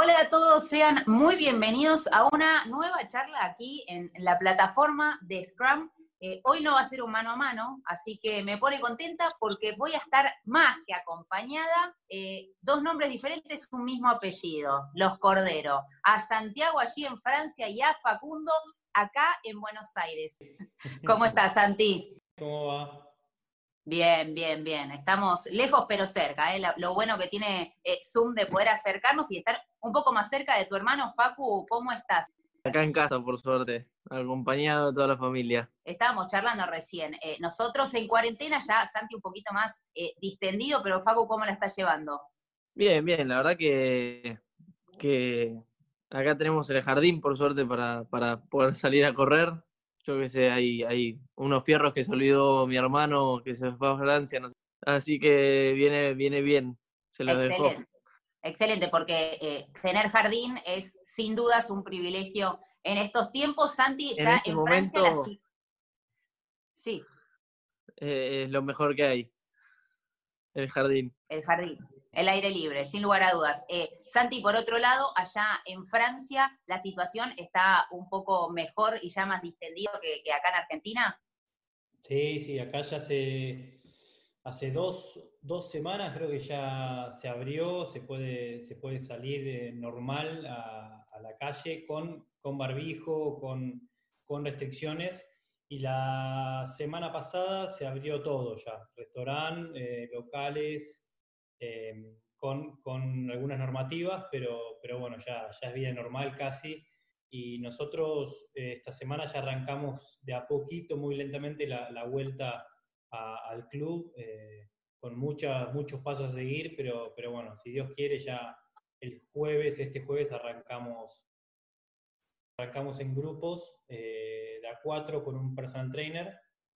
Hola a todos, sean muy bienvenidos a una nueva charla aquí en la plataforma de Scrum. Hoy no va a ser un mano a mano, así que me pone contenta porque voy a estar más que acompañada, dos nombres diferentes, un mismo apellido, los Cordero. A Santiago allí en Francia y a Facundo acá en Buenos Aires. ¿Cómo estás, Santi? ¿Cómo va? Bien, bien, bien. Estamos lejos pero cerca, ¿eh? Lo bueno que tiene Zoom de poder acercarnos y estar un poco más cerca de tu hermano. Facu, ¿cómo estás? Acá en casa, por suerte, acompañado de toda la familia. Estábamos charlando recién. Nosotros en cuarentena ya, Santi un poquito más distendido, pero Facu, ¿cómo la está llevando? Bien, bien, la verdad que acá tenemos el jardín, por suerte, para poder salir a correr. Yo qué sé, hay unos fierros que se olvidó mi hermano, que se fue a Francia, no sé. Así que viene bien, se los dejó. Excelente, excelente, porque tener jardín es sin dudas un privilegio en estos tiempos. Santi, En ya este en Francia, momento sí, es lo mejor que hay, el jardín. el jardín, el aire libre, sin lugar a dudas. Santi, por otro lado, allá en Francia, ¿la situación está un poco mejor y ya más distendido que acá en Argentina? Sí, acá ya hace dos semanas creo que ya se abrió, se puede salir normal a la calle con barbijo, con restricciones. Y la semana pasada se abrió todo ya, restaurante, locales, con algunas normativas, pero bueno, ya es vida normal casi. Y nosotros esta semana ya arrancamos de a poquito, muy lentamente, la vuelta al club, con muchos pasos a seguir, pero bueno, si Dios quiere, ya este jueves arrancamos en grupos de a cuatro con un personal trainer,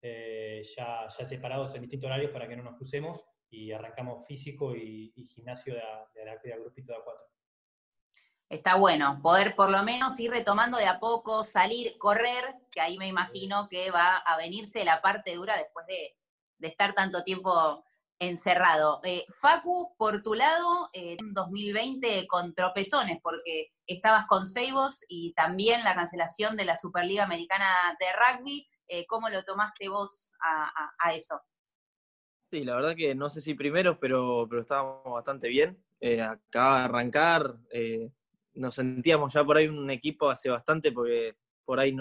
ya separados en distintos horarios para que no nos crucemos, y arrancamos físico y gimnasio de a grupito de a cuatro. Está bueno poder por lo menos ir retomando de a poco, salir, correr, que ahí me imagino que va a venirse la parte dura después de estar tanto tiempo encerrado. Facu, por tu lado, en 2020 con tropezones, porque estabas con Seibos y también la cancelación de la Superliga Americana de Rugby. ¿Cómo lo tomaste vos a eso? Sí, la verdad que no sé si primeros, pero estábamos bastante bien. Acababa de arrancar, nos sentíamos ya por ahí un equipo hace bastante, porque por ahí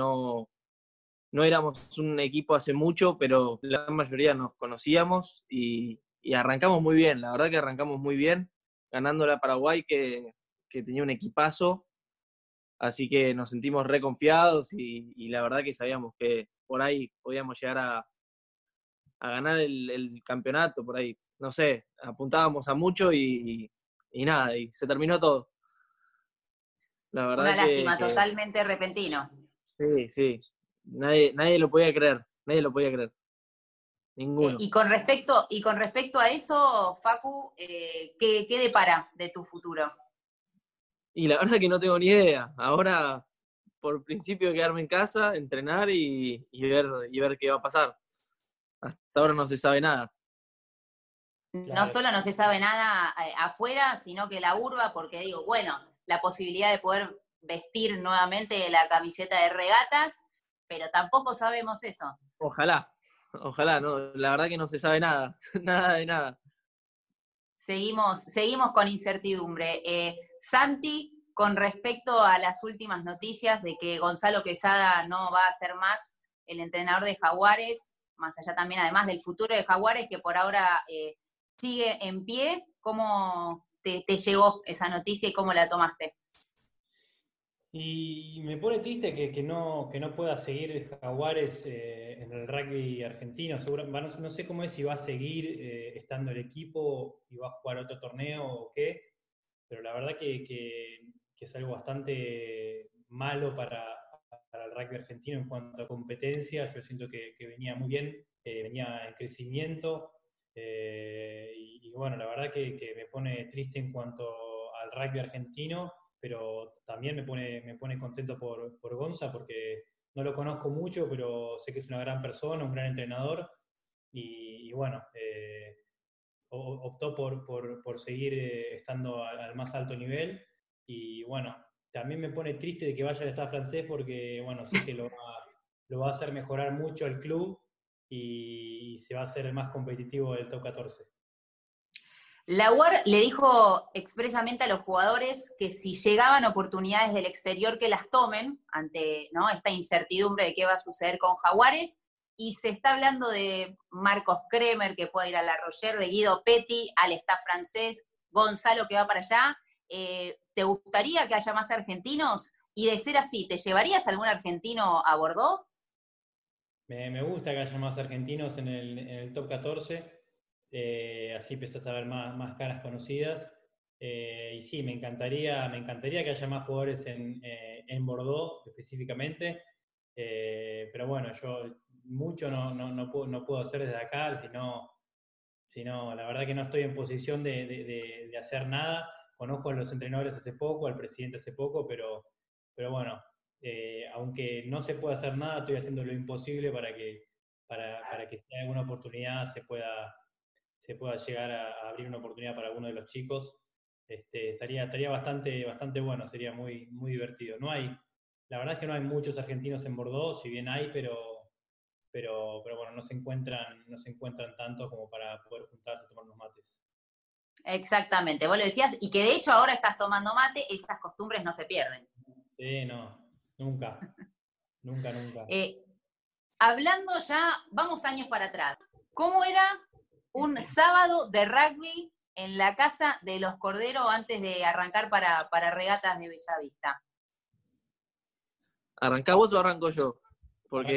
no éramos un equipo hace mucho, pero la mayoría nos conocíamos y arrancamos muy bien. La verdad que arrancamos muy bien, ganando a Paraguay, que tenía un equipazo, así que nos sentimos reconfiados y la verdad que sabíamos que por ahí podíamos llegar a ganar el campeonato, por ahí. No sé, apuntábamos a mucho y nada, y se terminó todo. La Una verdad lástima, que totalmente repentino. sí. Nadie lo podía creer, nadie lo podía creer. Ninguno. Y con respecto a eso, Facu, ¿qué depara de tu futuro? Y la verdad que no tengo ni idea. Ahora, por principio, quedarme en casa, entrenar y ver qué va a pasar. Hasta ahora no se sabe nada. No Claro. solo no se sabe nada afuera, sino que la urba, porque digo, bueno, la posibilidad de poder vestir nuevamente la camiseta de regatas, pero tampoco sabemos eso. Ojalá, no, la verdad que no se sabe nada, nada de nada. Seguimos con incertidumbre. Santi, con respecto a las últimas noticias de que Gonzalo Quesada no va a ser más el entrenador de Jaguares, más allá también además del futuro de Jaguares, que por ahora sigue en pie, ¿cómo te llegó esa noticia y cómo la tomaste? Y me pone triste que no pueda seguir Jaguares en el rugby argentino. No sé cómo es, si va a seguir estando el equipo y va a jugar otro torneo o qué, pero la verdad que es algo bastante malo para el rugby argentino en cuanto a competencia. Yo siento que venía muy bien, venía en crecimiento, y bueno, la verdad que me pone triste en cuanto al rugby argentino, pero también me pone contento por Gonza, porque no lo conozco mucho, pero sé que es una gran persona, un gran entrenador, y bueno, optó por seguir estando al más alto nivel, Y bueno, también me pone triste de que vaya al Stade Francés porque, bueno, sé que lo va a hacer mejorar mucho el club y se va a hacer el más competitivo del top 14. La UAR le dijo expresamente a los jugadores que si llegaban oportunidades del exterior que las tomen ante, ¿no?, esta incertidumbre de qué va a suceder con Jaguares, y se está hablando de Marcos Kremer que puede ir a La Rocher, de Guido Petti al Stade Francés, Gonzalo que va para allá. ¿Te gustaría que haya más argentinos? Y de ser así, ¿te llevarías algún argentino a Bordeaux? Me gusta que haya más argentinos en el top 14. Así empezás a ver más caras conocidas. Y sí, me encantaría que haya más jugadores en Bordeaux específicamente. Pero bueno, yo mucho no puedo hacer desde acá, sino la verdad que no estoy en posición de hacer nada. Conozco a los entrenadores hace poco, al presidente hace poco, pero bueno, aunque no se pueda hacer nada, estoy haciendo lo imposible para que si hay alguna oportunidad se pueda llegar a abrir una oportunidad para alguno de los chicos. Estaría bastante bueno, sería muy divertido. La verdad es que no hay muchos argentinos en Bordeaux, si bien hay, pero bueno, no se encuentran tantos como para poder juntarse a tomar unos mates. Exactamente, vos lo decías, y que de hecho ahora estás tomando mate, esas costumbres no se pierden. Sí, no, nunca. Eh, Hablando ya, vamos años para atrás. ¿Cómo era un sábado de rugby en la casa de los Cordero antes de arrancar para regatas de Bellavista? ¿Arrancás vos o arranco yo? Porque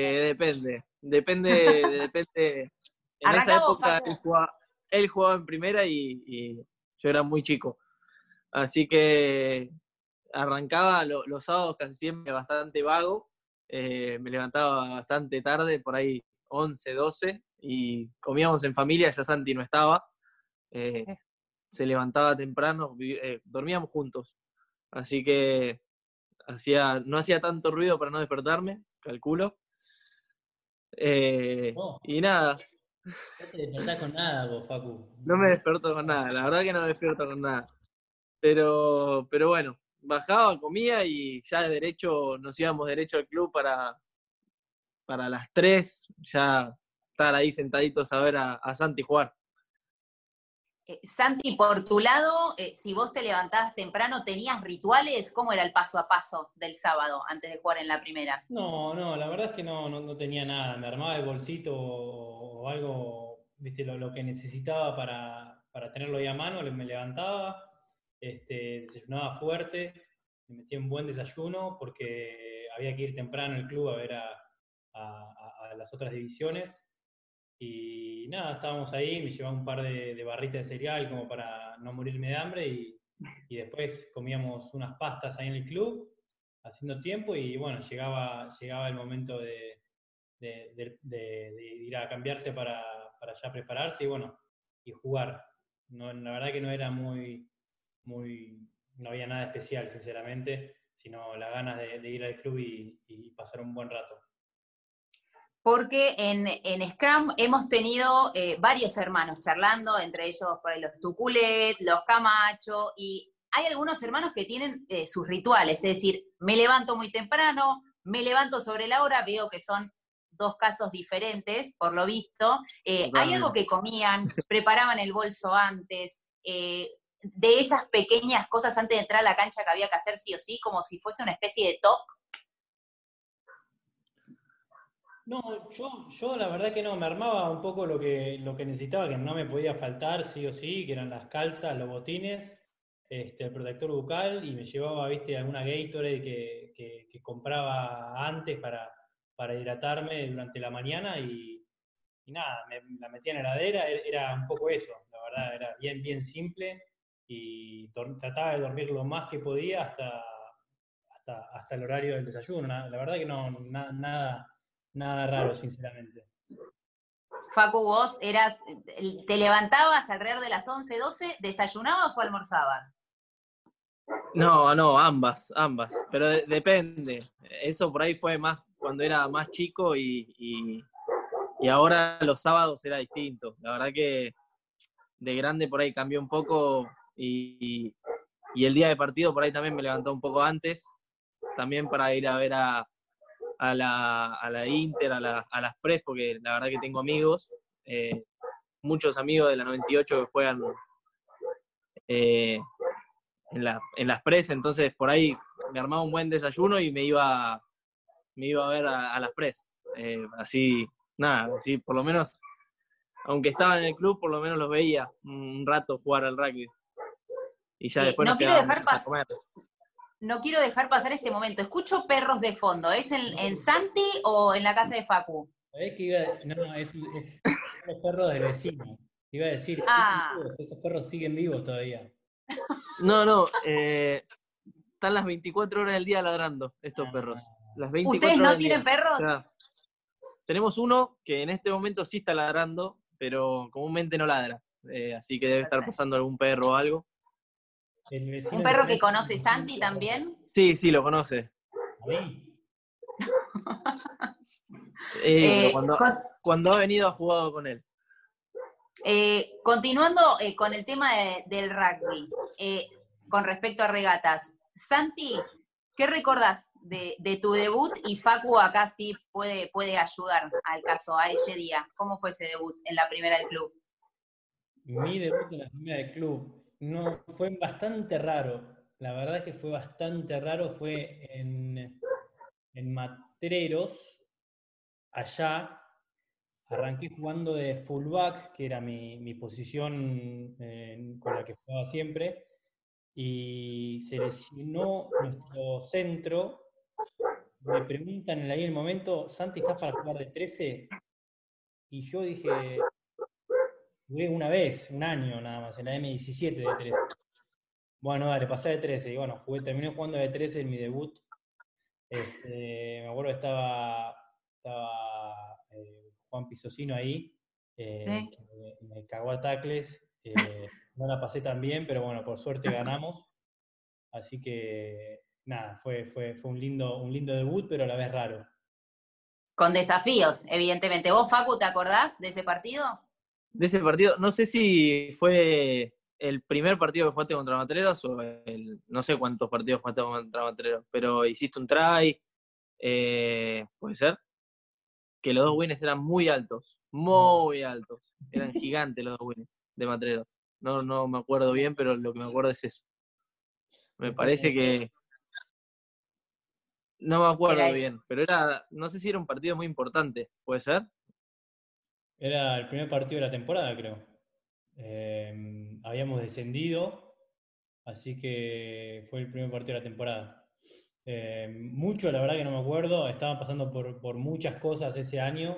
depende. En esa Arrancá vos, época Facu. él jugaba en primera y yo era muy chico. Así que arrancaba los sábados casi siempre bastante vago. Me levantaba bastante tarde, por ahí 11, 12, y comíamos en familia, ya Santi no estaba. Se levantaba temprano, dormíamos juntos. Así que no hacía tanto ruido para no despertarme, calculo. No, Y nada. no te despertás con nada vos, Facu. No me desperto con nada, la verdad que no me despierto con nada. Pero bueno, bajaba, comía y ya nos íbamos derecho al club para las 3, ya estar ahí sentaditos a ver a Santi jugar. Santi, por tu lado, si vos te levantabas temprano, ¿tenías rituales? ¿Cómo era el paso a paso del sábado antes de jugar en la primera? No, la verdad es que no tenía nada. Me armaba el bolsito o algo, viste, lo que necesitaba para tenerlo ahí a mano, me levantaba, desayunaba fuerte, me metía un buen desayuno porque había que ir temprano al club a ver a las otras divisiones. Y nada, estábamos ahí, me llevaba un par de barritas de cereal como para no morirme de hambre y después comíamos unas pastas ahí en el club haciendo tiempo y bueno, llegaba el momento de ir a cambiarse para ya prepararse y bueno, y jugar. No, la verdad que no era no había nada especial, sinceramente, sino las ganas de ir al club y pasar un buen rato. Porque en Scrum hemos tenido varios hermanos charlando, entre ellos por ahí los Tuculet, los Camacho, y hay algunos hermanos que tienen sus rituales, es decir, me levanto muy temprano, me levanto sobre la hora, veo que son dos casos diferentes, por lo visto. ¿Hay algo que comían, preparaban el bolso antes, de esas pequeñas cosas antes de entrar a la cancha que había que hacer sí o sí, como si fuese una especie de toque? No, yo la verdad que no, me armaba un poco lo que necesitaba, que no me podía faltar sí o sí, que eran las calzas, los botines, el protector bucal, y me llevaba, viste, alguna Gatorade que compraba antes para hidratarme durante la mañana y nada, la metía en la heladera, era un poco eso, la verdad, era bien simple y trataba de dormir lo más que podía hasta el horario del desayuno, la verdad que no, nada raro, sinceramente. Facu, vos te levantabas alrededor de las 11, 12, ¿desayunabas o almorzabas? No, ambas. Pero depende. Eso por ahí fue más cuando era más chico y ahora los sábados era distinto. La verdad que de grande por ahí cambió un poco y Y el día de partido por ahí también me levantaba un poco antes, también para ir a ver a la Inter, a las Pres, porque la verdad que tengo amigos, muchos amigos de la 98 que juegan en las Pres, entonces por ahí me armaba un buen desayuno y me iba a ver a las Pres. Así, nada, así por lo menos, aunque estaba en el club, por lo menos los veía un rato jugar al rugby. Y ya después nos quedábamos a comer. No quiero dejar pasar este momento. Escucho perros de fondo. ¿Es en Santi o en la casa de Facu? ¿Sabés que no, es los perros del vecino. Iba a decir, siguen vivos, esos perros siguen vivos todavía. No, están las 24 horas del día ladrando estos perros. Las 24 ¿Ustedes no horas tienen perros? O sea, tenemos uno que en este momento sí está ladrando, pero comúnmente no ladra. Así que debe estar pasando algún perro o algo. ¿Un perro que conoce Santi también? Sí, lo conoce. ¿A mí? Pero cuando ha venido ha jugado con él. Continuando con el tema del rugby, con respecto a regatas, Santi, ¿qué recordás de tu debut? Y Facu acá sí puede ayudar al caso, a ese día. ¿Cómo fue ese debut en la primera del club? Mi debut en la primera del club fue bastante raro. La verdad que fue bastante raro. Fue en Matreros, allá. Arranqué jugando de fullback, que era mi posición con la que jugaba siempre, y se lesionó nuestro centro. Me preguntan ahí en el momento, Santi, ¿estás para jugar de 13? Y yo dije, jugué una vez, un año nada más, en la M17 de 13. Bueno, dale, pasé de 13. Y bueno, terminé jugando de 13 en mi debut. Me acuerdo que estaba Juan Pisocino ahí, ¿Sí? que me cagó a tacles. No la pasé tan bien, pero bueno, por suerte ganamos. Así que nada, fue un lindo debut, pero a la vez raro. Con desafíos, evidentemente. ¿Vos, Facu, te acordás de ese partido? De ese partido, no sé si fue el primer partido que jugaste contra Matreros o no sé cuántos partidos jugaste contra Matreros, pero hiciste un try, puede ser, que los dos wins eran muy altos, eran gigantes los dos wins de Matreros. No me acuerdo bien, pero lo que me acuerdo es eso. Me parece que... No me acuerdo bien, pero no sé si era un partido muy importante, ¿puede ser? Era el primer partido de la temporada, creo. Habíamos descendido, así que fue el primer partido de la temporada. Mucho, la verdad que no me acuerdo, estaban pasando por muchas cosas ese año.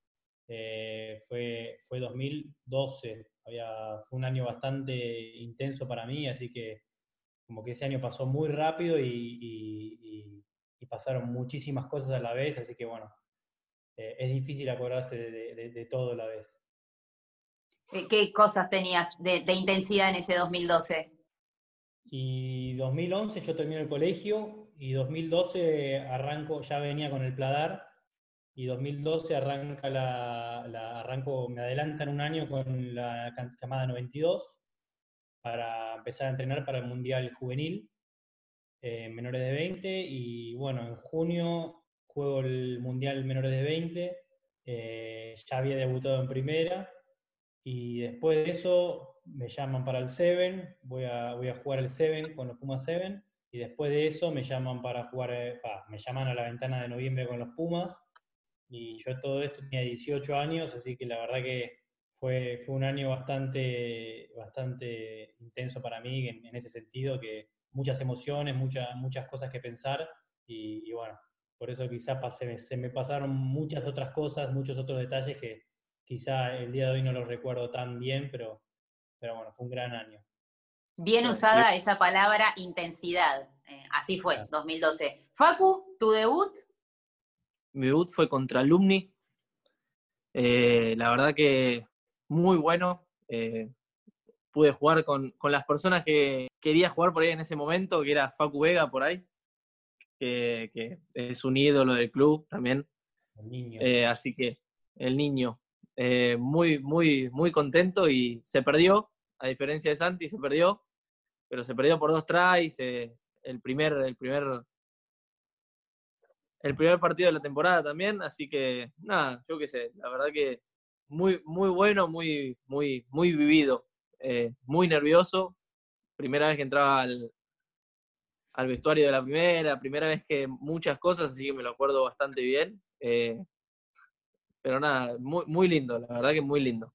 Fue 2012, fue un año bastante intenso para mí, así que como que ese año pasó muy rápido y pasaron muchísimas cosas a la vez, así que bueno, es difícil acordarse de todo a la vez. ¿Qué cosas tenías de intensidad en ese 2012? Y 2011 yo termino el colegio y 2012 arranco, ya venía con el Pladar, y 2012 me adelantan un año con la camada 92 para empezar a entrenar para el Mundial Juvenil, menores de 20, y bueno, en junio juego el Mundial menores de 20, ya había debutado en primera, y después de eso me llaman para el Seven, voy a jugar el Seven con los Pumas Seven, y después de eso me llaman para jugar, me llaman a la ventana de noviembre con los Pumas, y yo todo esto tenía 18 años, así que la verdad que fue un año bastante intenso para mí en ese sentido, que muchas emociones, muchas cosas que pensar, y bueno, por eso quizá se me pasaron muchas otras cosas, muchos otros detalles que quizá el día de hoy no los recuerdo tan bien, pero bueno, fue un gran año. Bien usada esa palabra intensidad. Así fue, claro. 2012. Facu, ¿tu debut? Mi debut fue contra Alumni. La verdad que muy bueno. Pude jugar con las personas que quería jugar por ahí en ese momento, que era Facu Vega por ahí, que es un ídolo del club también. El niño. Así que el niño, muy contento, y se perdió, a diferencia de Santi, se perdió, se perdió por 2 tries, el primer partido de la temporada también, así que nada, yo qué sé, la verdad que muy, muy bueno, muy, muy, muy vivido, muy nervioso, primera vez que entraba al vestuario de la primera vez que muchas cosas, así que me lo acuerdo bastante bien, pero nada, muy, muy lindo, la verdad que muy lindo.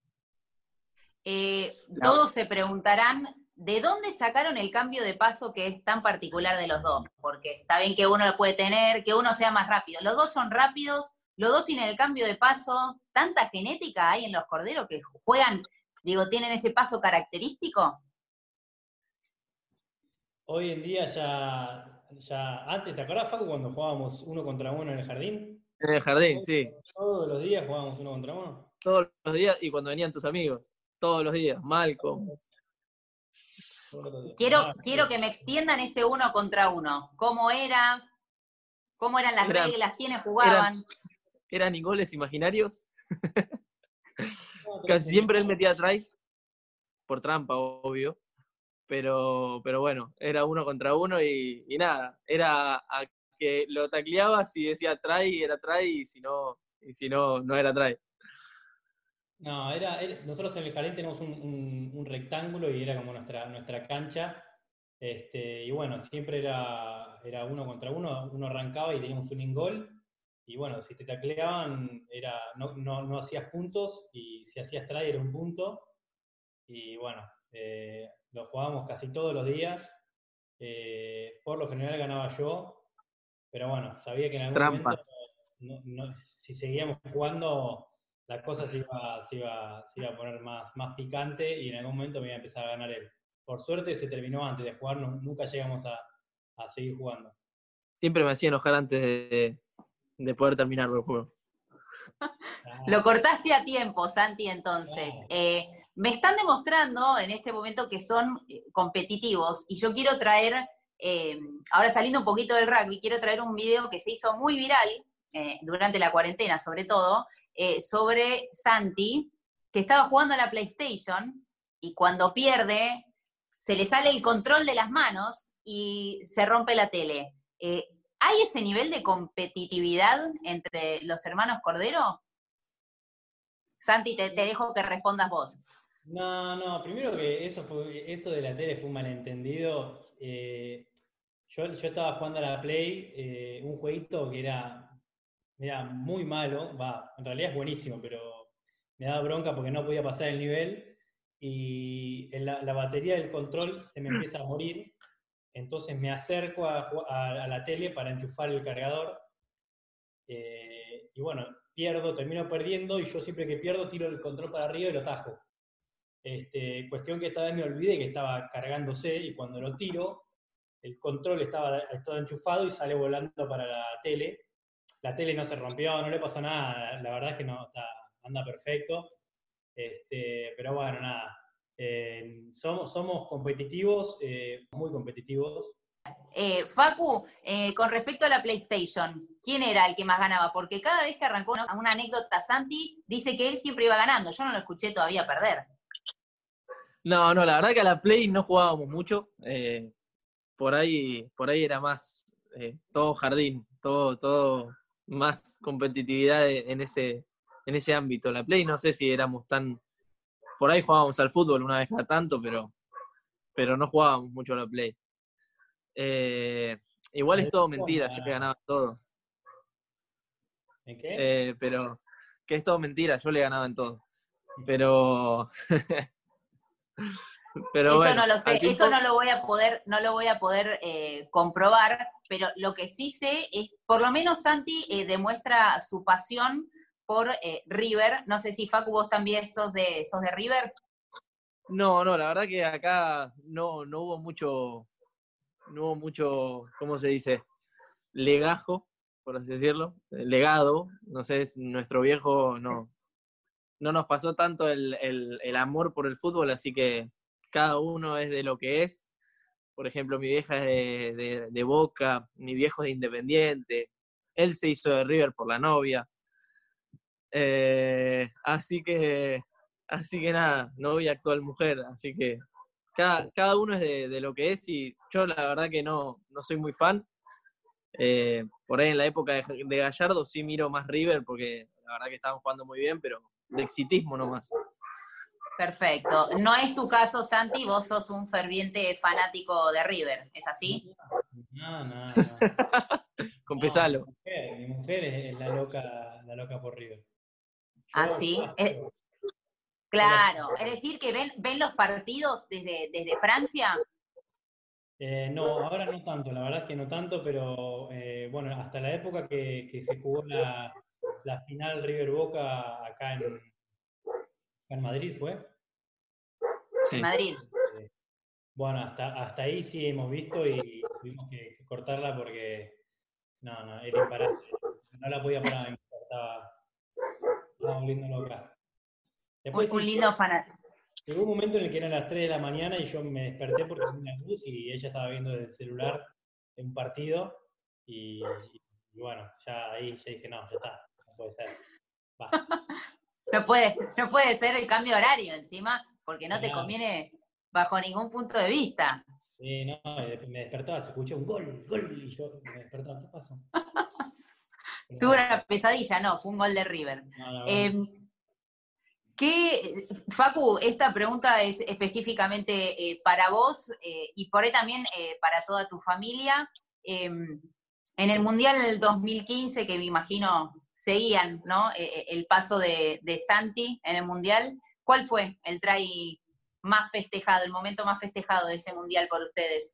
Todos se preguntarán, ¿de dónde sacaron el cambio de paso que es tan particular de los dos? Porque está bien que uno lo puede tener, que uno sea más rápido. Los dos son rápidos, los dos tienen el cambio de paso. ¿Tanta genética hay en los corderos que juegan, tienen ese paso característico? Hoy en día antes, ¿te acordás, Facu, cuando jugábamos 1 contra 1 en el jardín? En el jardín, sí. Todos los días jugábamos 1 contra 1. Todos los días, y cuando venían tus amigos, todos los días, Malcolm. Quiero que me extiendan ese 1 contra 1. ¿Cómo era? ¿Cómo eran las reglas? ¿Quiénes jugaban? Eran goles imaginarios. Casi siempre él metía try, por trampa, obvio. Pero bueno, era 1 contra 1 y nada. Era a que lo tacleabas y decía try, era try, y si no, no era try. No, nosotros en el jardín tenemos un rectángulo y era como nuestra cancha. Y bueno, siempre era 1 contra 1, uno arrancaba y teníamos un in-goal. Y bueno, si te tacleaban, no hacías puntos, y si hacías try era un punto. Y bueno, lo jugábamos casi todos los días. Por lo general ganaba yo, pero bueno, sabía que en algún Trampa. momento, si seguíamos jugando, la cosa se iba a poner más picante y en algún momento me iba a empezar a ganar él. Por suerte se terminó antes de jugar, nunca llegamos a seguir jugando. Siempre me hacía enojar antes de poder terminar el juego. Lo cortaste a tiempo, Santi, entonces. Me están demostrando en este momento que son competitivos y yo quiero traer, ahora saliendo un poquito del rugby, quiero traer un video que se hizo muy viral durante la cuarentena, sobre todo, sobre Santi, que estaba jugando a la PlayStation y cuando pierde se le sale el control de las manos y se rompe la tele. ¿Hay ese nivel de competitividad entre los hermanos Cordero? Santi, te dejo que respondas vos. No, primero que eso de la tele fue un malentendido. Yo estaba jugando a la Play, un jueguito que era muy malo, en realidad es buenísimo, pero me daba bronca porque no podía pasar el nivel, y la batería del control se me empieza a morir, entonces me acerco a la tele para enchufar el cargador, y bueno, termino perdiendo, y yo siempre que pierdo tiro el control para arriba y lo tajo. Cuestión que esta vez me olvidé que estaba cargándose, y cuando lo tiro, el control estaba enchufado y sale volando para la tele. La tele no se rompió, no le pasó nada, la verdad es que no, anda perfecto. Pero bueno, nada. Somos competitivos, muy competitivos. Facu, con respecto a la PlayStation, ¿quién era el que más ganaba? Porque cada vez que arrancó una anécdota, Santi dice que él siempre iba ganando. Yo no lo escuché todavía perder. No, la verdad que a la Play no jugábamos mucho. Por ahí era más todo jardín, todo más competitividad en ese ámbito. La Play no sé si éramos tan... Por ahí jugábamos al fútbol una vez cada tanto, pero no jugábamos mucho a la Play. Igual es todo mentira, yo le ganaba todo. ¿En qué? Pero que es todo mentira, yo le ganaba en todo. Pero Eso bueno, no lo sé, eso no lo voy a poder comprobar, pero lo que sí sé es, por lo menos Santi demuestra su pasión por River. No sé si Facu, vos también sos de River. No, la verdad que acá no hubo mucho, ¿cómo se dice? Legajo, por así decirlo, legado, no sé, nuestro viejo no nos pasó tanto el amor por el fútbol, así que cada uno es de lo que es. Por ejemplo, mi vieja es de Boca, mi viejo es de Independiente, él se hizo de River por la novia. Así que nada, novia actual mujer, así que cada uno es de lo que es, y yo la verdad que no soy muy fan. Por ahí en la época de Gallardo sí miro más River, porque la verdad que estaban jugando muy bien, pero de exitismo nomás. Perfecto. No es tu caso, Santi, vos sos un ferviente fanático de River, ¿es así? No. Confesalo. No, mi mujer es la loca por River. Ah, Yo sí. la sigo, yo la Claro. sigo. Es decir, que ven los partidos desde Francia. No, ahora no tanto, la verdad es que no tanto, pero bueno, hasta la época que se jugó la final River Boca acá en Madrid fue. En Sí. Madrid. Eh, bueno, hasta ahí sí hemos visto y tuvimos que cortarla porque no, era imparable. No la podía parar, estaba volviendo loca. Después Un sí, lindo fanático. llegó un momento en el que eran las 3 de la mañana y yo me desperté porque tenía una luz y ella estaba viendo desde el celular un partido y bueno, ya ahí ya dije, no, ya está, no puede ser. Va. No puede ser el cambio de horario encima, porque no te Claro. conviene bajo ningún punto de vista. Sí, no, me despertaba, se escuchó un gol, y yo me despertaba, ¿qué pasó? Pero Tuve bueno, una pesadilla, no, fue un gol de River. no, bueno. Eh, Facu, esta pregunta es específicamente para vos y por ahí también para toda tu familia. En el Mundial del 2015, que me imagino seguían, ¿no? El paso de Santi en el Mundial, ¿cuál fue el try más festejado, el momento más festejado de ese Mundial por ustedes?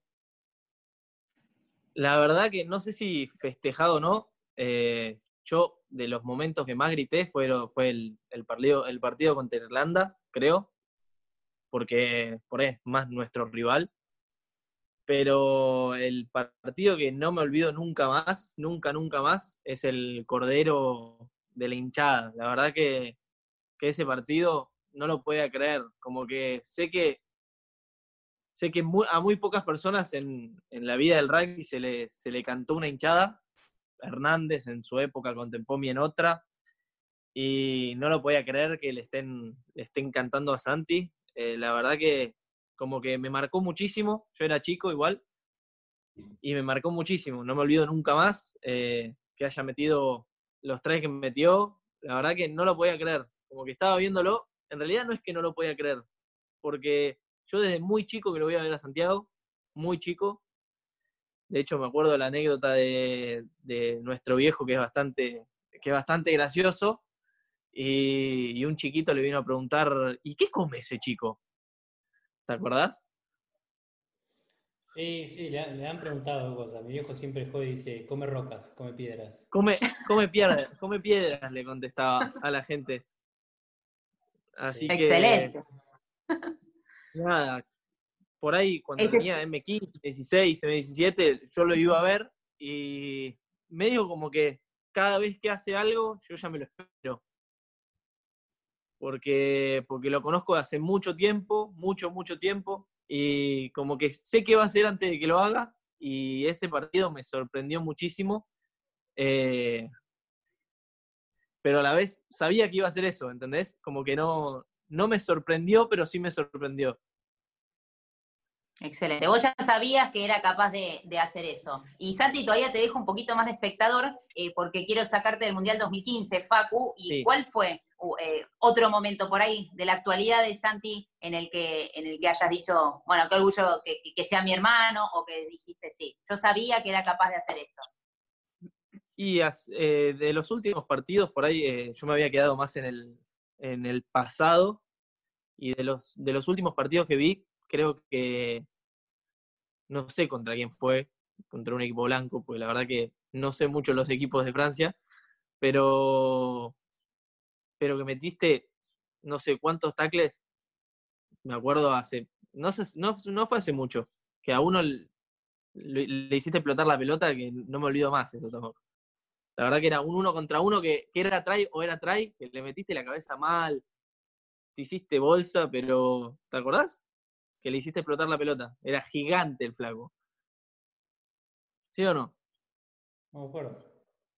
La verdad que no sé si festejado o no. Yo, de los momentos que más grité, fue el partido contra Irlanda, creo, porque por ahí es más nuestro rival. Pero el partido que no me olvido nunca más, nunca más, es el Cordero de la hinchada. La verdad que ese partido no lo podía creer. Como que sé que a muy pocas personas en la vida del rugby se le cantó una hinchada. Hernández en su época, Contempomi en otra, y no lo podía creer que le estén cantando a Santi. La verdad que como que me marcó muchísimo. Yo era chico igual, y me marcó muchísimo. No me olvido nunca más que haya metido los 3 que metió. La verdad que no lo podía creer. Como que estaba viéndolo. En realidad no es que no lo podía creer, porque yo desde muy chico que lo voy a ver a Santiago, muy chico. De hecho, me acuerdo la anécdota de nuestro viejo, que es bastante gracioso, y un chiquito le vino a preguntar, ¿y qué come ese chico? ¿Te acordás? Sí, le han preguntado cosas. Mi viejo siempre jode y dice, come rocas, come piedras. Come piedras, le contestaba a la gente. Así Sí. que, Excelente. nada, por ahí cuando Ese, tenía M15, 16, M17, yo lo iba a ver, y medio como que cada vez que hace algo, yo ya me lo espero. Porque lo conozco de hace mucho tiempo, mucho tiempo, y como que sé qué va a hacer antes de que lo haga, y ese partido me sorprendió muchísimo, eh, pero a la vez sabía que iba a hacer eso, ¿entendés? Como que no me sorprendió, pero sí me sorprendió. Excelente. Vos ya sabías que era capaz de hacer eso. Y Santi, todavía te dejo un poquito más de espectador porque quiero sacarte del Mundial 2015, Facu. ¿Y Sí. cuál fue otro momento por ahí de la actualidad de Santi en el que hayas dicho, bueno, qué orgullo que sea mi hermano, o que dijiste, sí, yo sabía que era capaz de hacer esto? Y de los últimos partidos, por ahí yo me había quedado más en el pasado, y de los últimos partidos que vi, creo que no sé contra quién fue, contra un equipo blanco, porque la verdad que no sé mucho los equipos de Francia, pero, pero que metiste no sé cuántos tacles. Me acuerdo no sé, no fue hace mucho, que a uno le hiciste explotar la pelota, que no me olvido más eso tampoco. La verdad que era un 1 contra 1 que era try o era try, que le metiste la cabeza mal, te hiciste bolsa, pero ¿te acordás? Que le hiciste explotar la pelota. Era gigante el flaco. ¿Sí o no? No me acuerdo.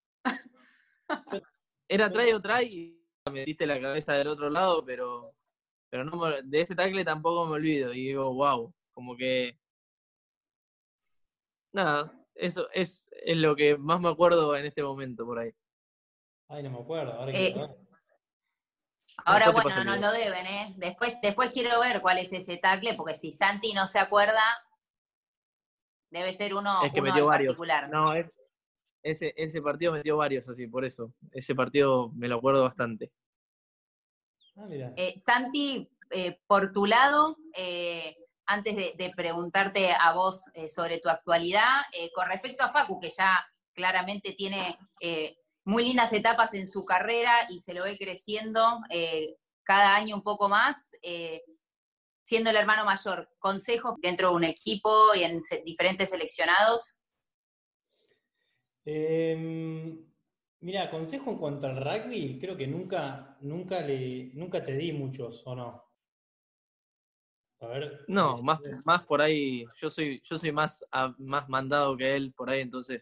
Era try o try y metiste la cabeza del otro lado, pero no de ese tackle tampoco me olvido. Y digo, wow, como que, nada, eso es lo que más me acuerdo en este momento por ahí. Ay, no me acuerdo, ahora Eh, quiero ver. Ahora, Después te paso bueno, el nos video. lo deben, ¿eh? Después quiero ver cuál es ese tackle, porque si Santi no se acuerda, debe ser Es que uno metió en varios. particular. No, ese partido metió varios así, por eso. Ese partido me lo acuerdo bastante. Ah, mira. Santi, por tu lado, antes de preguntarte a vos sobre tu actualidad, con respecto a Facu, que ya claramente tiene muy lindas etapas en su carrera y se lo ve creciendo cada año un poco más, siendo el hermano mayor, consejos dentro de un equipo y en diferentes seleccionados. Mira, consejo en cuanto al rugby, creo que nunca te di muchos, ¿o no? A ver, No, más por ahí, yo soy más mandado que él por ahí, entonces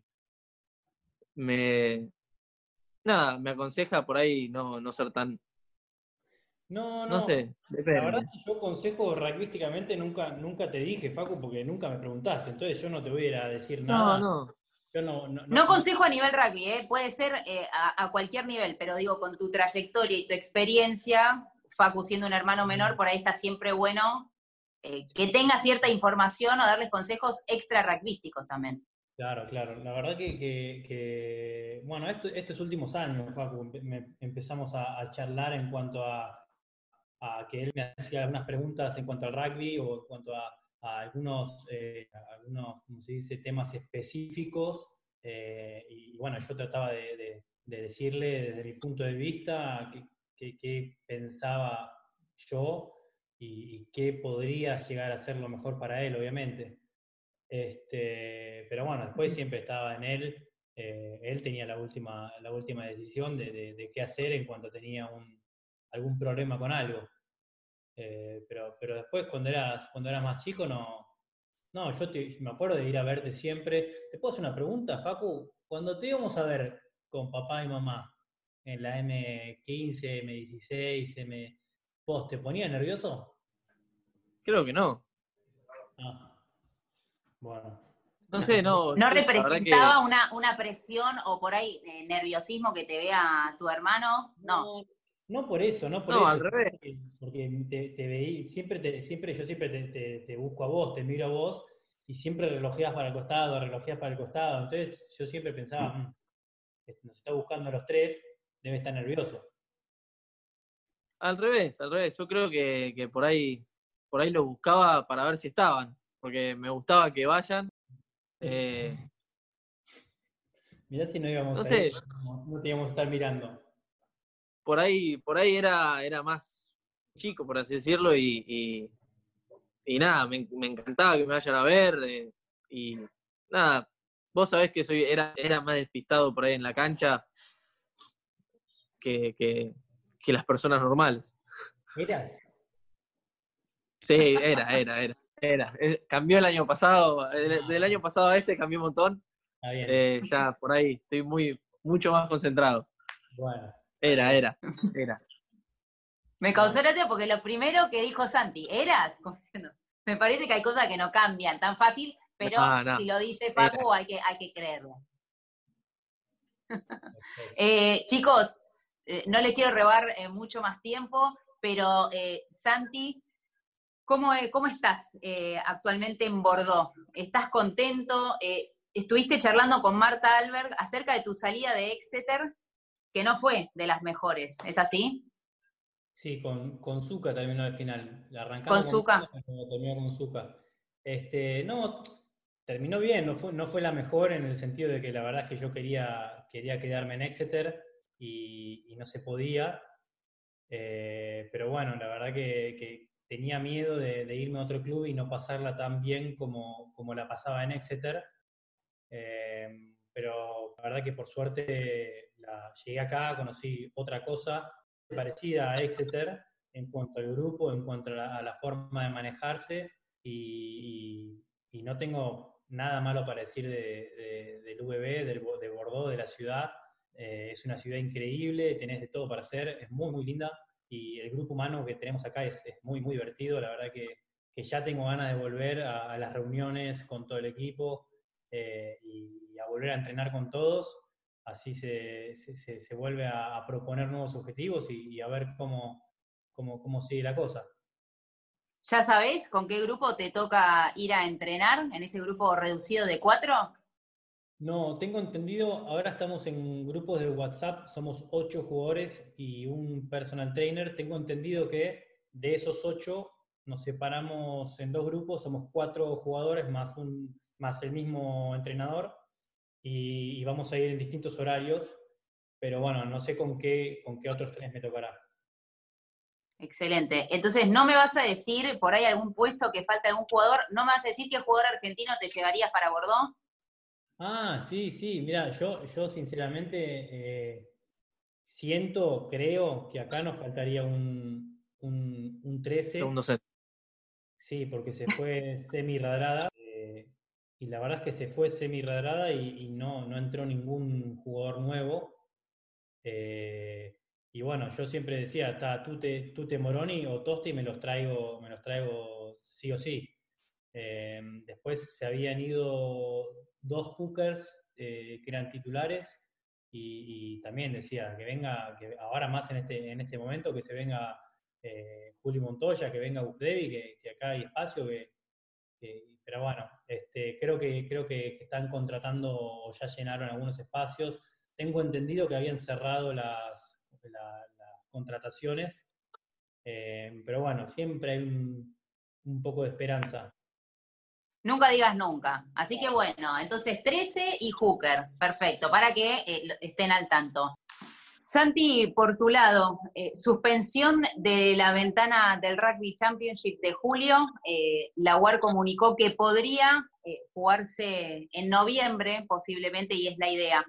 me nada, me aconseja por ahí no ser tan, no no. sé, La verdad depende. es que yo consejo rugbyísticamente nunca te dije, Facu, porque nunca me preguntaste, entonces yo no te voy a ir a decir No, nada. no. Yo no, no, no, No no. consejo a nivel rugby, puede ser a cualquier nivel, pero digo, con tu trayectoria y tu experiencia, Facu siendo un hermano menor, por ahí está siempre bueno que tenga cierta información o darles consejos extra rugbyísticos también. Claro, claro. La verdad bueno, estos últimos años, Facu, empezamos a charlar en cuanto a que él me hacía algunas preguntas en cuanto al rugby o en cuanto a algunos, como se dice, temas específicos. Y bueno, yo trataba de decirle desde mi punto de vista qué pensaba yo y qué podría llegar a ser lo mejor para él, obviamente. Pero bueno, después siempre estaba en él. Él tenía la última decisión de qué hacer en cuanto tenía algún problema con algo. Pero después, cuando eras más chico, no, me acuerdo de ir a verte siempre. ¿Te puedo hacer una pregunta, Facu? Cuando te íbamos a ver con papá y mamá en la M15, M16, ¿vos te ponías nervioso? Creo que no. Ah, bueno. No No, sé, no, no yo la verdad que representaba una presión o por ahí nerviosismo que te vea tu hermano, no. No, no por eso, no por no, eso, al sino revés. porque te veí, yo siempre te busco a vos, te miro a vos, y siempre relojeas para el costado, relojeas para el costado. Entonces yo siempre pensaba, nos está buscando a los tres, debe estar nervioso. Al revés, al revés. Yo creo que por ahí lo buscaba para ver si estaban, porque me gustaba que vayan. Eh, Mirá si no íbamos no a ir, sé, no te íbamos a estar mirando. por ahí era más chico, por así decirlo, y nada, me encantaba que me vayan a ver, y nada, vos sabés que era más despistado por ahí en la cancha que, que, que las personas normales. ¿Eras? Sí, era. Cambió el año pasado, del año pasado a este cambió un montón. Está bien. Ya por ahí estoy mucho más concentrado. Bueno, está Era, bien. era, era. Me causó Bueno, gracia porque lo primero que dijo Santi, ¿eras? Como diciendo, me parece que hay cosas que no cambian tan fácil, pero No, no, si lo dice era. Facu hay que creerlo. perfecto. Chicos, no les quiero robar mucho más tiempo, pero Santi, ¿cómo estás actualmente en Bordeaux? ¿Estás contento? Estuviste charlando con Marta Alberg acerca de tu salida de Exeter, que no fue de las mejores, ¿es así? Sí, con Zucca terminó al final. Con Arrancamos con Marta, Zucca. pero terminó con Zucca. No, terminó bien, no fue la mejor en el sentido de que la verdad es que yo quería quedarme en Exeter y no se podía. Pero bueno, la verdad que tenía miedo de irme a otro club y no pasarla tan bien como la pasaba en Exeter. Pero la verdad que por suerte llegué acá, conocí otra cosa parecida a Exeter en cuanto al grupo, en cuanto a la forma de manejarse y no tengo nada malo para decir del VB, de Bordeaux, de la ciudad. Es una ciudad increíble, tenés de todo para hacer, es muy, muy linda y el grupo humano que tenemos acá es muy, muy divertido. La verdad que ya tengo ganas de volver a las reuniones con todo el equipo y a volver a entrenar con todos. Así se vuelve a proponer nuevos objetivos y a ver cómo sigue la cosa. ¿Ya sabés con qué grupo te toca ir a entrenar? ¿En ese grupo reducido de 4? No, tengo entendido, ahora estamos en grupos de WhatsApp, somos 8 jugadores y un personal trainer. Tengo entendido que de esos 8 nos separamos en 2 grupos, somos 4 jugadores más el mismo entrenador y vamos a ir en distintos horarios, pero bueno, no sé con qué otros 3 me tocará. Excelente. Entonces, no me vas a decir por ahí algún puesto que falta algún jugador, no me vas a decir qué jugador argentino te llevarías para Bordeaux. Ah, sí, mira, yo sinceramente creo que acá nos faltaría un 13. Segundo set. Sí, porque se fue semi-Radrada, y la verdad es que se fue semi-Radrada y no entró ningún jugador nuevo. Y bueno, yo siempre decía, está Tute Moroni o Tosti, me los traigo sí o sí. Después se habían ido 2 hookers que eran titulares y también decía que venga, que ahora más en este momento, que se venga Juli Montoya, que venga Bukdevi, que acá hay espacio, pero bueno, creo que están contratando o ya llenaron algunos espacios. Tengo entendido que habían cerrado las contrataciones, pero bueno, siempre hay un poco de esperanza. Nunca digas nunca. Así que bueno, entonces 13 y Hooker. Perfecto, para que estén al tanto. Santi, por tu lado, suspensión de la ventana del Rugby Championship de julio. La UAR comunicó que podría jugarse en noviembre, posiblemente, y es la idea.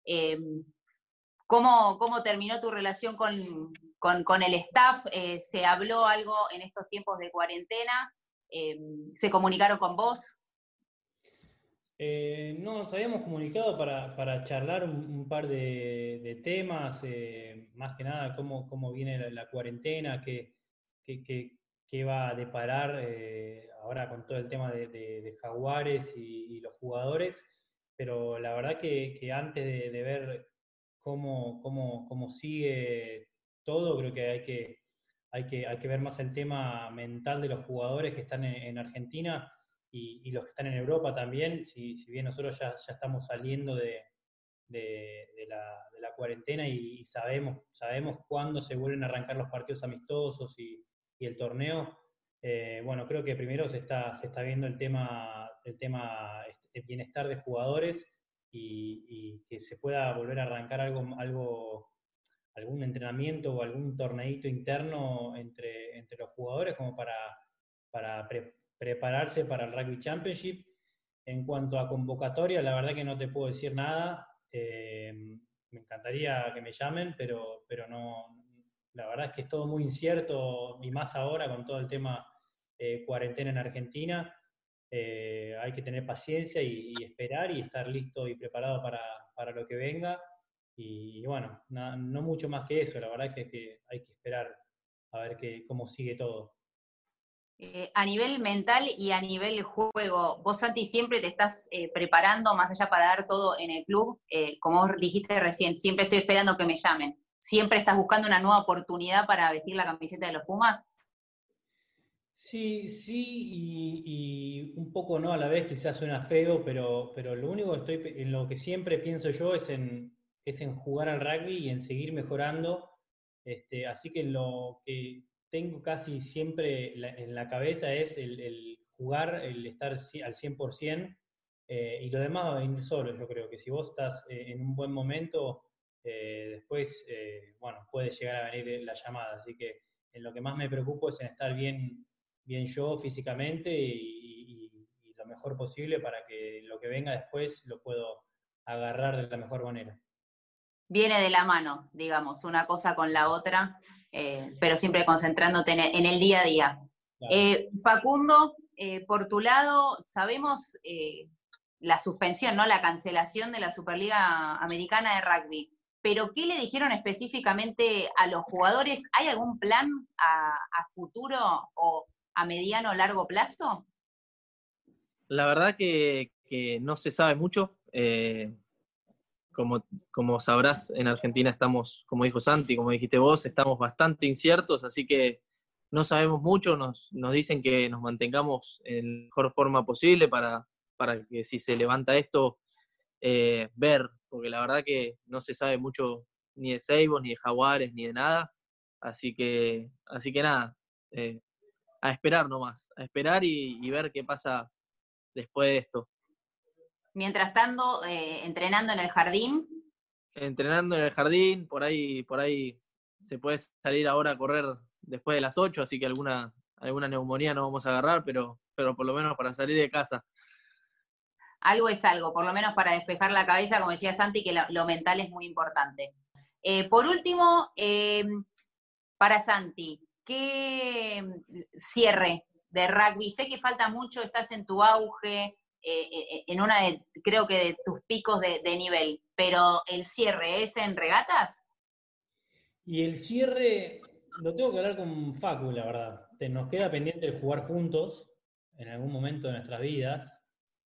¿Cómo terminó tu relación con el staff? ¿Se habló algo en estos tiempos de cuarentena? ¿Se comunicaron con vos? No, nos habíamos comunicado para charlar un par de temas, más que nada cómo viene la cuarentena, qué va a deparar ahora con todo el tema de Jaguares y los jugadores, pero la verdad que antes de ver cómo sigue todo, creo que hay que ver más el tema mental de los jugadores que están en Argentina y los que están en Europa también, si bien nosotros ya estamos saliendo de la cuarentena y sabemos cuándo se vuelven a arrancar los partidos amistosos y el torneo. Bueno, creo que primero se está viendo el tema de bienestar de jugadores y que se pueda volver a arrancar algún entrenamiento o algún torneito interno entre los jugadores como para prepararse para el Rugby Championship. En cuanto a convocatoria, la verdad que no te puedo decir nada. Me encantaría que me llamen, pero no. La verdad es que es todo muy incierto, y más ahora con todo el tema cuarentena en Argentina. Hay que tener paciencia y esperar y estar listo y preparado para lo que venga. Y bueno, no mucho más que eso. La verdad es que hay que esperar a ver cómo sigue todo. A nivel mental y a nivel juego, vos, Santi, siempre te estás preparando más allá para dar todo en el club. Como vos dijiste recién, siempre estoy esperando que me llamen. ¿Siempre estás buscando una nueva oportunidad para vestir la camiseta de los Pumas? Sí, y un poco no a la vez, quizás suena feo, pero lo único en lo que siempre pienso yo es en jugar al rugby y en seguir mejorando. Así que lo que tengo casi siempre en la cabeza es el jugar, el estar al 100%, y lo demás va a venir solo. Yo creo que si vos estás en un buen momento, después, bueno, puede llegar a venir la llamada. Así que en lo que más me preocupo es en estar bien yo físicamente y lo mejor posible para que lo que venga después lo puedo agarrar de la mejor manera. Viene de la mano, digamos, una cosa con la otra, pero siempre concentrándote en el día a día. Claro. Facundo, por tu lado, sabemos la suspensión, ¿no? La cancelación de la Superliga Americana de Rugby. Pero, ¿qué le dijeron específicamente a los jugadores? ¿Hay algún plan a futuro o a mediano o largo plazo? La verdad que no se sabe mucho. Como sabrás, en Argentina estamos, como dijo Santi, como dijiste vos, estamos bastante inciertos, así que no sabemos mucho. Nos dicen que nos mantengamos en la mejor forma posible para que si se levanta esto, ver, porque la verdad que no se sabe mucho ni de Seibos, ni de Jaguares, ni de nada. Así que nada, a esperar nomás, a esperar y ver qué pasa después de esto. Mientras tanto, entrenando en el jardín. Entrenando en el jardín, por ahí se puede salir ahora a correr después de las 8, así que alguna neumonía no vamos a agarrar, pero por lo menos para salir de casa. Algo es algo, por lo menos para despejar la cabeza, como decía Santi, que lo mental es muy importante. Por último, para Santi, ¿qué cierre de rugby? Sé que falta mucho, estás en tu auge, en una de, creo que de tus picos de nivel, pero ¿el cierre es en regatas? Y el cierre, lo tengo que hablar con Facu, la verdad. Nos queda pendiente el jugar juntos en algún momento de nuestras vidas.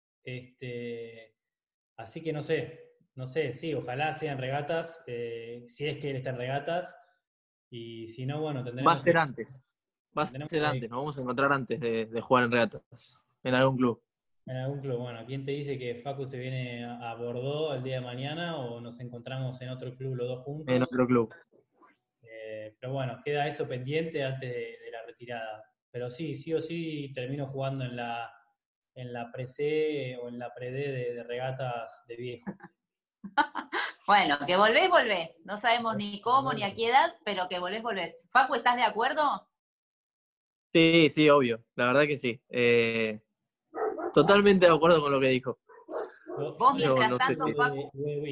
Así que no sé, sí, ojalá sean regatas, si es que él está en regatas, y si no, bueno, Va a ser antes, nos vamos a encontrar antes de jugar en regatas, en algún club. En algún club. Bueno, ¿quién te dice que Facu se viene a Bordeaux el día de mañana o nos encontramos en otro club los dos juntos? En otro club. Pero bueno, queda eso pendiente antes de la retirada. Pero sí o sí termino jugando en la pre-C o en la pre-D de regatas de viejo. Bueno, que volvés. No sabemos ni cómo ni a qué edad, pero que volvés. Facu, ¿estás de acuerdo? Sí, obvio. La verdad que sí. Totalmente de acuerdo con lo que dijo. Vos, mientras tanto, sé. Facu.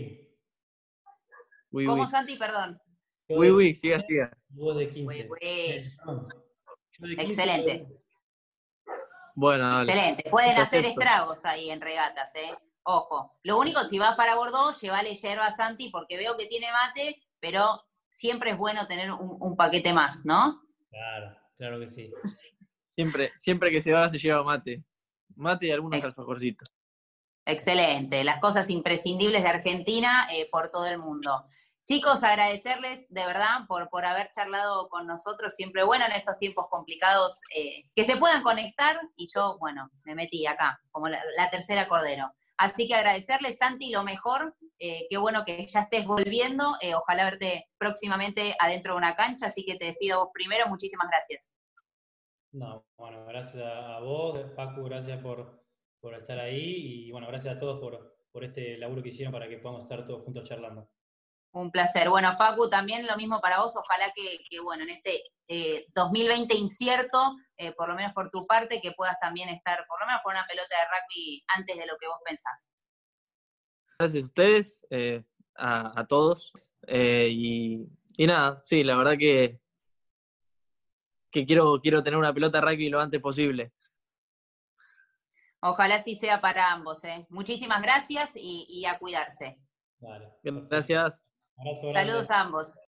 ¿Cómo, Santi? Perdón. Siga. Vos de 15. Yo de 15. Excelente. Bueno, excelente. Pueden hacer estragos ahí en regatas, Ojo. Lo único, si vas para Bordeaux, llévale yerba a Santi, porque veo que tiene mate, pero siempre es bueno tener un paquete más, ¿no? Claro que sí. Siempre que se va se lleva mate. Mate y algunos alfajorcitos. Excelente. Las cosas imprescindibles de Argentina por todo el mundo. Chicos, agradecerles de verdad por haber charlado con nosotros. Siempre bueno en estos tiempos complicados que se puedan conectar. Y yo, bueno, me metí acá, como la tercera cordero. Así que agradecerles, Santi, lo mejor. Qué bueno que ya estés volviendo. Ojalá verte próximamente adentro de una cancha. Así que te despido a vos primero. Muchísimas gracias. No, bueno, gracias a vos, Facu, gracias por estar ahí. Y bueno, gracias a todos por este laburo que hicieron para que podamos estar todos juntos charlando. Un placer. Bueno, Facu, también lo mismo para vos. Ojalá que bueno, en este 2020 incierto, por lo menos por tu parte, que puedas también estar, por lo menos con una pelota de rugby antes de lo que vos pensás. Gracias a ustedes, a todos. Y nada, sí, la verdad que quiero tener una pelota de rugby lo antes posible. Ojalá sí sea para ambos. Muchísimas gracias y a cuidarse. Vale. Gracias. Abrazo grande. Saludos a ambos.